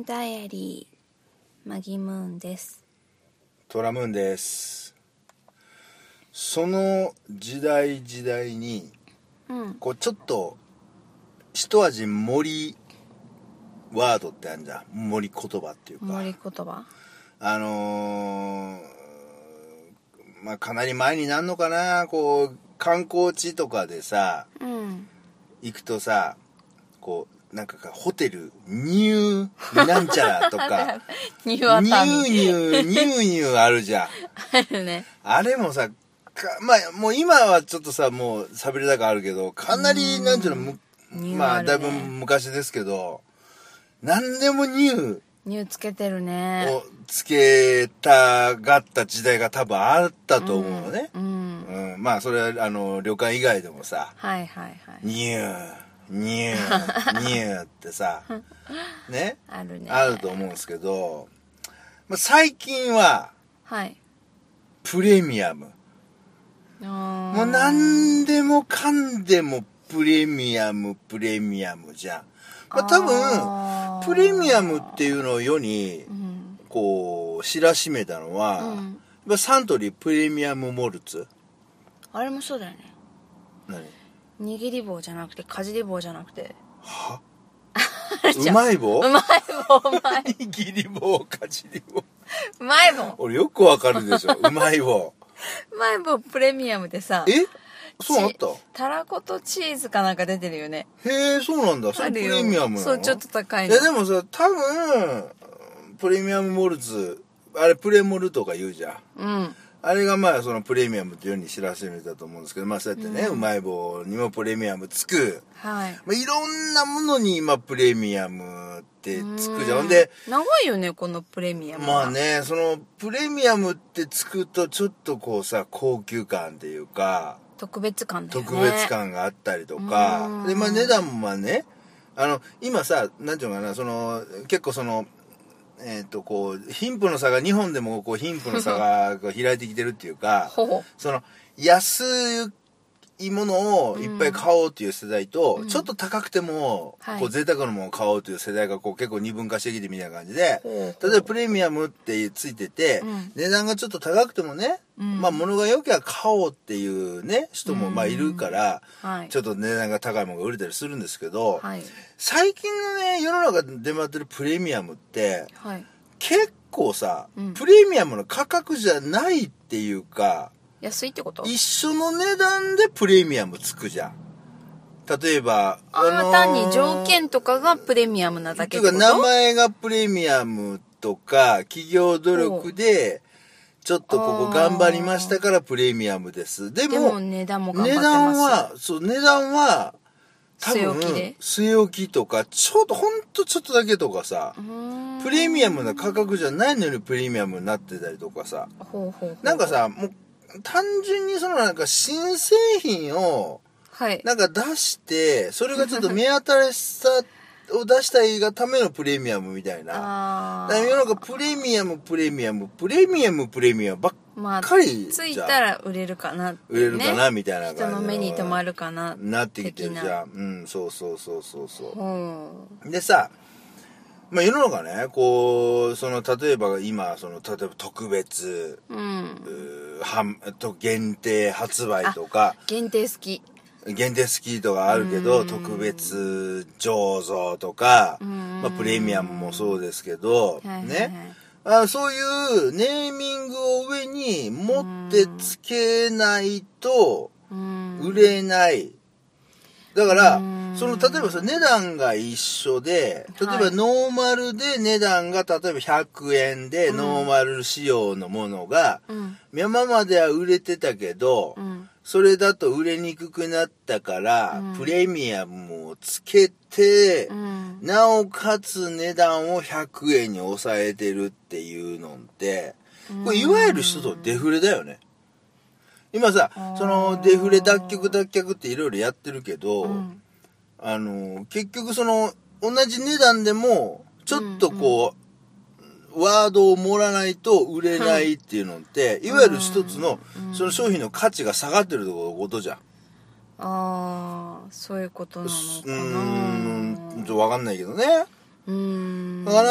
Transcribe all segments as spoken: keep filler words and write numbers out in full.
ダイアリーマギムーンです。 トラムーンです。その時代時代に、うん、こうちょっと一味森ワードってあるじゃん。森言葉っていうか森言葉あのー、まあかなり前になんのかな、こう観光地とかでさ、うん、行くとさ、こうなんかホテルニューなんちゃらとかニューアタミニューニューニューニューあるじゃん。 あるね。 あれもさ、まあもう今はちょっとさもう喋り高あるけど、かなりなんていうのむ、まあだいぶ昔ですけど、何でもニューニューつけてるねをつけたがった時代が多分あったと思うのね。うん、うんうん、まあそれはあの旅館以外でもさ、 はいはいはい、 ニューニューニューってさね、 あるね、 あると思うんですけど、まあ、最近は、 はい、 プレミアム、もう何でもかんでもプレミアムプレミアムじゃん。まあ、多分プレミアムっていうのを世にこう知らしめたのは、うん、サントリープレミアムモルツ。 あれもそうだよね。 何？ 握り棒じゃなくてかじり棒じゃなくて、 はうまい棒うまい棒うまい握り棒かじり棒うまい棒、 俺よくわかるでしょうまい棒うまい棒プレミアムでさ、 えそうなった？ たらことチーズかなんか出てるよね。 へえ、そうなんだ。それプレミアムなの？ そう、ちょっと高いの。 いやでもさ、多分プレミアムモルツ、あれプレモルとか言うじゃん。うん。あれがまあそのプレミアムっていうように知らせてみたと思うんですけど、まあそうやってね、うん、うまい棒にもプレミアムつく。はい。まあ、いろんなものに今プレミアムってつくじゃん。で、 長いよね、このプレミアム。 まあね、そのプレミアムってつくとちょっとこうさ、高級感っていうか、 特別感だよね。 特別感があったりとか、で、まあ値段もまあね、あの、今さ、なんていうのかな、その、結構その、えっと、こう、貧富の差が、日本でもこう、貧富の差が開いてきてるっていうか、その、安いものをいっぱい買おうっていう世代と、うん、ちょっと高くても、うん、こう、贅沢なものを買おうという世代がこう、結構二分化してきてみたいな感じで、例えばプレミアムってついてて、うん、値段がちょっと高くてもね、うん、まあ物が良ければ買おうっていうね、人もまあいるから、はい、ちょっと値段が高いものが売れたりするんですけど、はい、最近のね、世の中で出回ってるプレミアムって、はい、結構さ、うん、プレミアムの価格じゃないっていうか、 安いってこと？ 一緒の値段でプレミアムつくじゃん。例えば、 あのー、単に条件とかがプレミアムなだけってこと？ というか名前がプレミアムとか、企業努力で、ちょっとここ頑張りましたからプレミアムです。でも、 でも値段も頑張ってます。 値段は、そう、値段は、多分、 据え置きで据え置きとか、ちょっと、ほんとちょっとだけとかさ、プレミアムな価格じゃないのにプレミアムになってたりとかさ、ほうほうほう、なんかさ、もう、単純にそのなんか新製品を、なんか出して、はい、それがちょっと目新しさを出したいがためのプレミアムみたいな。だから世の中プレミアム、プレミアム、プレミアム、プレミアムばっかり、 まあ、ついたら売れるかなって、ね、 売れるかなみたいな感じ。 人の目に留まるかな。 なってきてるじゃん。うん、そうそうそうそうそう。でさ、まあ世の中ね、こう、その、例えば今、その、例えば特別、うん、はと限定発売とか。 限定好き。 限定好きとかあるけど、特別醸造とか、まあプレミアムもそうですけど、ね。あ、そういうネーミングを上に持ってつけないと売れない。だから、その、例えばさ、値段が一緒で、例えばノーマルで値段が例えばひゃくえんでノーマル仕様のものが、今までは売れてたけど、それだと売れにくくなったから、プレミアムをつけて、なおかつ値段をひゃくえんに抑えてるっていうのって、これいわゆる人とデフレだよね。今さ、そのデフレ脱却脱却っていろいろやってるけど、うん、あの結局その同じ値段でもちょっとこう、うんうん、ワードを盛らないと売れないっていうのって、いわゆる一つのその商品の価値が下がってることじゃん。 ああ、そういうことなのかな。 うーん、ちょっとわかんないけどね。 うーん。 だから、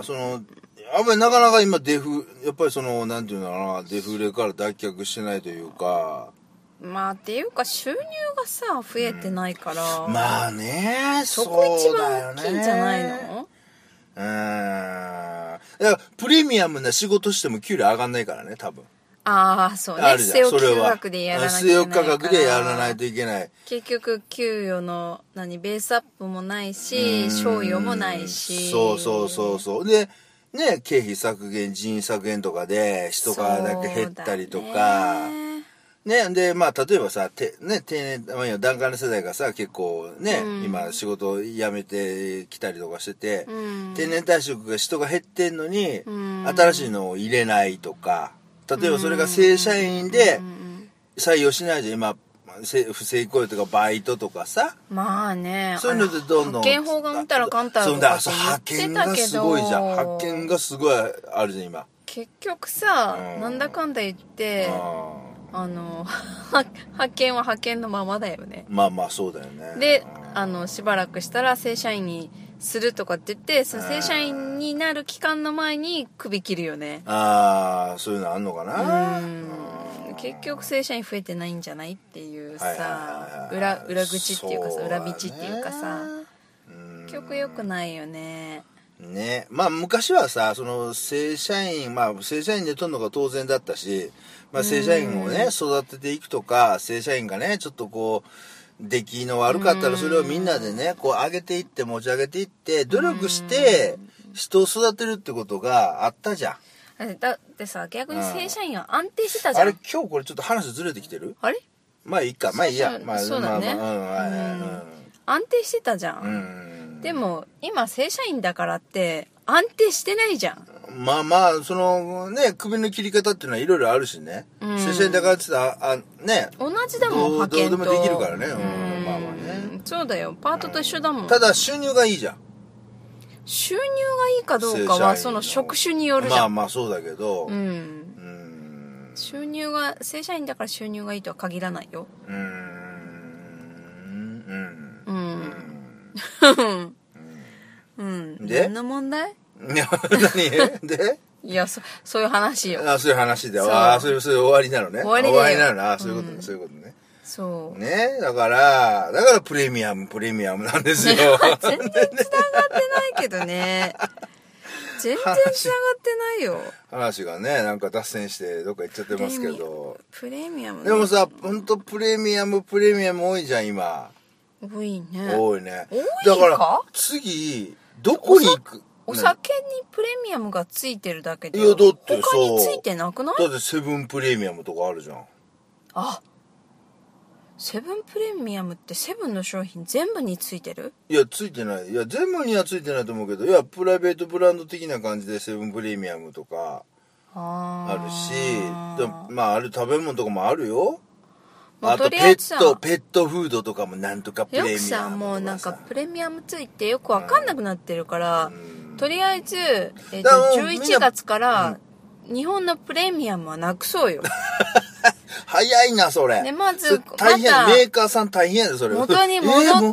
その、あんまりなかなか今デフ、やっぱりその、なんていうのかな、デフレから脱却してないというか。 まあっていうか収入がさ、増えてないから。 うん、まあね、 そこ一番大きいんじゃないの？ うーん。だからプレミアムな仕事しても給料上がんないからね、多分。 ああ、そうね。据え置き価格でやらなきゃいけないから。据え置き価格でやらないといけない。 結局、給与の、何、ベースアップもないし、賞与もないし。 そうそうそうそう。で、ね、経費削減、人員削減とかで、人がだけ減ったりとか。ね、で、まあ、例えばさ、てね、定年、まあ、段階の世代がさ、結構ね、うん、今仕事を辞めてきたりとかしてて、うん、定年退職が人が減ってんのに、うん、新しいのを入れないとか、例えばそれが正社員で採用しないじゃん、今、不正雇用とかバイトとかさ。 まあね。 そういうのでどんどん。 派遣法がうんたらかんたらとかって言ってたけど。派遣がすごいじゃん。派遣がすごいあるじゃん、今。 結局さ、うん、なんだかんだ言って、あの、派遣は派遣のままだよね。 まあまあそうだよね。 で、あの、しばらくしたら正社員にするとかって言って、その正社員になる期間の前に首切るよね。 ああ、そういうのあんのかな。うん。 結局正社員増えてないんじゃないっていうさ、裏、裏口っていうかさ、裏道っていうかさ、結局良くないよね。 ね。まあ昔はさ、その正社員、まあ正社員で取るのが当然だったし、まあ正社員をね、育てていくとか、正社員がね、ちょっとこう、出来の悪かったらそれをみんなでね、こう上げていって持ち上げていって、努力して人を育てるってことがあったじゃん。 だってさ、逆に正社員は安定してたじゃん。 あれ今日これちょっと話ずれてきてる？ あれ？ まあいいか、まあいいや。まあそうだね。安定してたじゃん。うんでも今正社員だからって安定してないじゃん。 まあまあそのね首の切り方っていうのはいろいろあるしね。うん、正社員だからって言ったらあね同じだもん派遣と。 どうでもできるからね。うん、まあまあね。 そうだよパートと一緒だもん。 ただ収入がいいじゃん。 収入がいいかどうかはその職種によるじゃん。 まあまあそうだけど。うん。 うん収入が正社員だから収入がいいとは限らないよ。うん。うん。うん。うん。で何の問題？ 何でいや、そ、そういう話よ。 あそういう話で。ああ、そういう、そういう終わりなのね。 終わりだよ。 終わりなのね。あそういうことね、うん、そういうことね。 そう。 ねだから、だからプレミアム、プレミアムなんですよ。 全然繋がってないけどね。全然繋がってないよ。 話がね、なんか脱線してどっか行っちゃってますけど。 プレミアム、ね、 でもさ、ほんとプレミアム、プレミアム多いじゃん、今。 多いね。 多いね。 多いか？ だから、次、どこに行く？ お酒にプレミアムがついてるだけで。 いや、だって他についてなくない？ だってセブンプレミアムとかあるじゃん。 あ、セブンプレミアムってセブンの商品全部についてる？いや、ついてない。いや、全部にはついてないと思うけど、いや、プライベートブランド的な感じでセブンプレミアムとかあるし、まあ、ある食べ物とかもあるよ。あとペット、ペットフードとかもなんとかプレミアムとかさ。 よくさ、もうなんかプレミアムついてよくわかんなくなってるから、うん、とりあえず、えっと、じゅういちがつから日本のプレミアムはなくそうよ。 早いな、それ。 で、まず、 大変、ま、メーカーさん大変やで、それ。 元に戻って、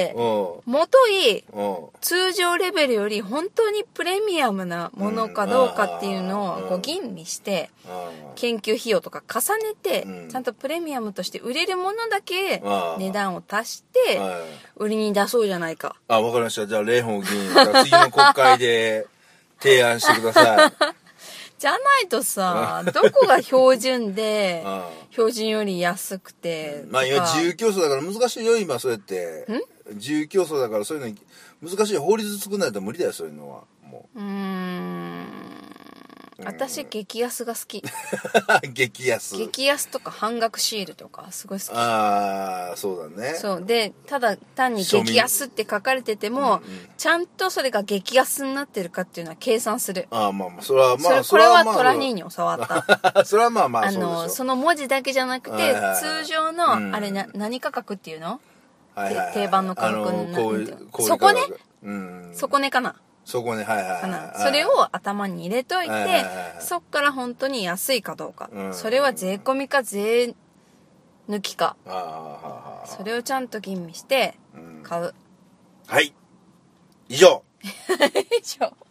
えー、元い、通常レベルより本当にプレミアムなものかどうかっていうのをこう吟味して、研究費用とか重ねて、ちゃんとプレミアムとして売れるものだけ値段を足して、売りに出そうじゃないか。 あ、わかりました。じゃあ、蓮舫議員、次の国会で提案してください。 じゃないとさ、どこが標準で、標準より安くて。 まあ今自由競争だから難しいよ、今そうやって。自由競争だからそういうの、難しい。法律作んないと無理だよ、そういうのは。もう。うーん。 私、激安が好き。 激安。 激安とか半額シールとかすごい好き。 ああ、そうだね。 そう。で、ただ単に激安って書かれてても、うんうん、ちゃんとそれが激安になってるかっていうのは計算する。 ああ、まあまあ、それはまあ、 それ、これはトラニーに教わった。 それはまあまあ、 あの、その文字だけじゃなくて、通常の、うん、あれな、何価格っていうの、はいはいはい、定番の価格の。そこね、うん、そこねかな。 そこね、はいはいはい、はい。 それを頭に入れといて、はいはいはいはい、そっから本当に安いかどうか。うん、それは税込みか税抜きか。あそれをちゃんと吟味して買う。うん、 はい。以上。 でしょ。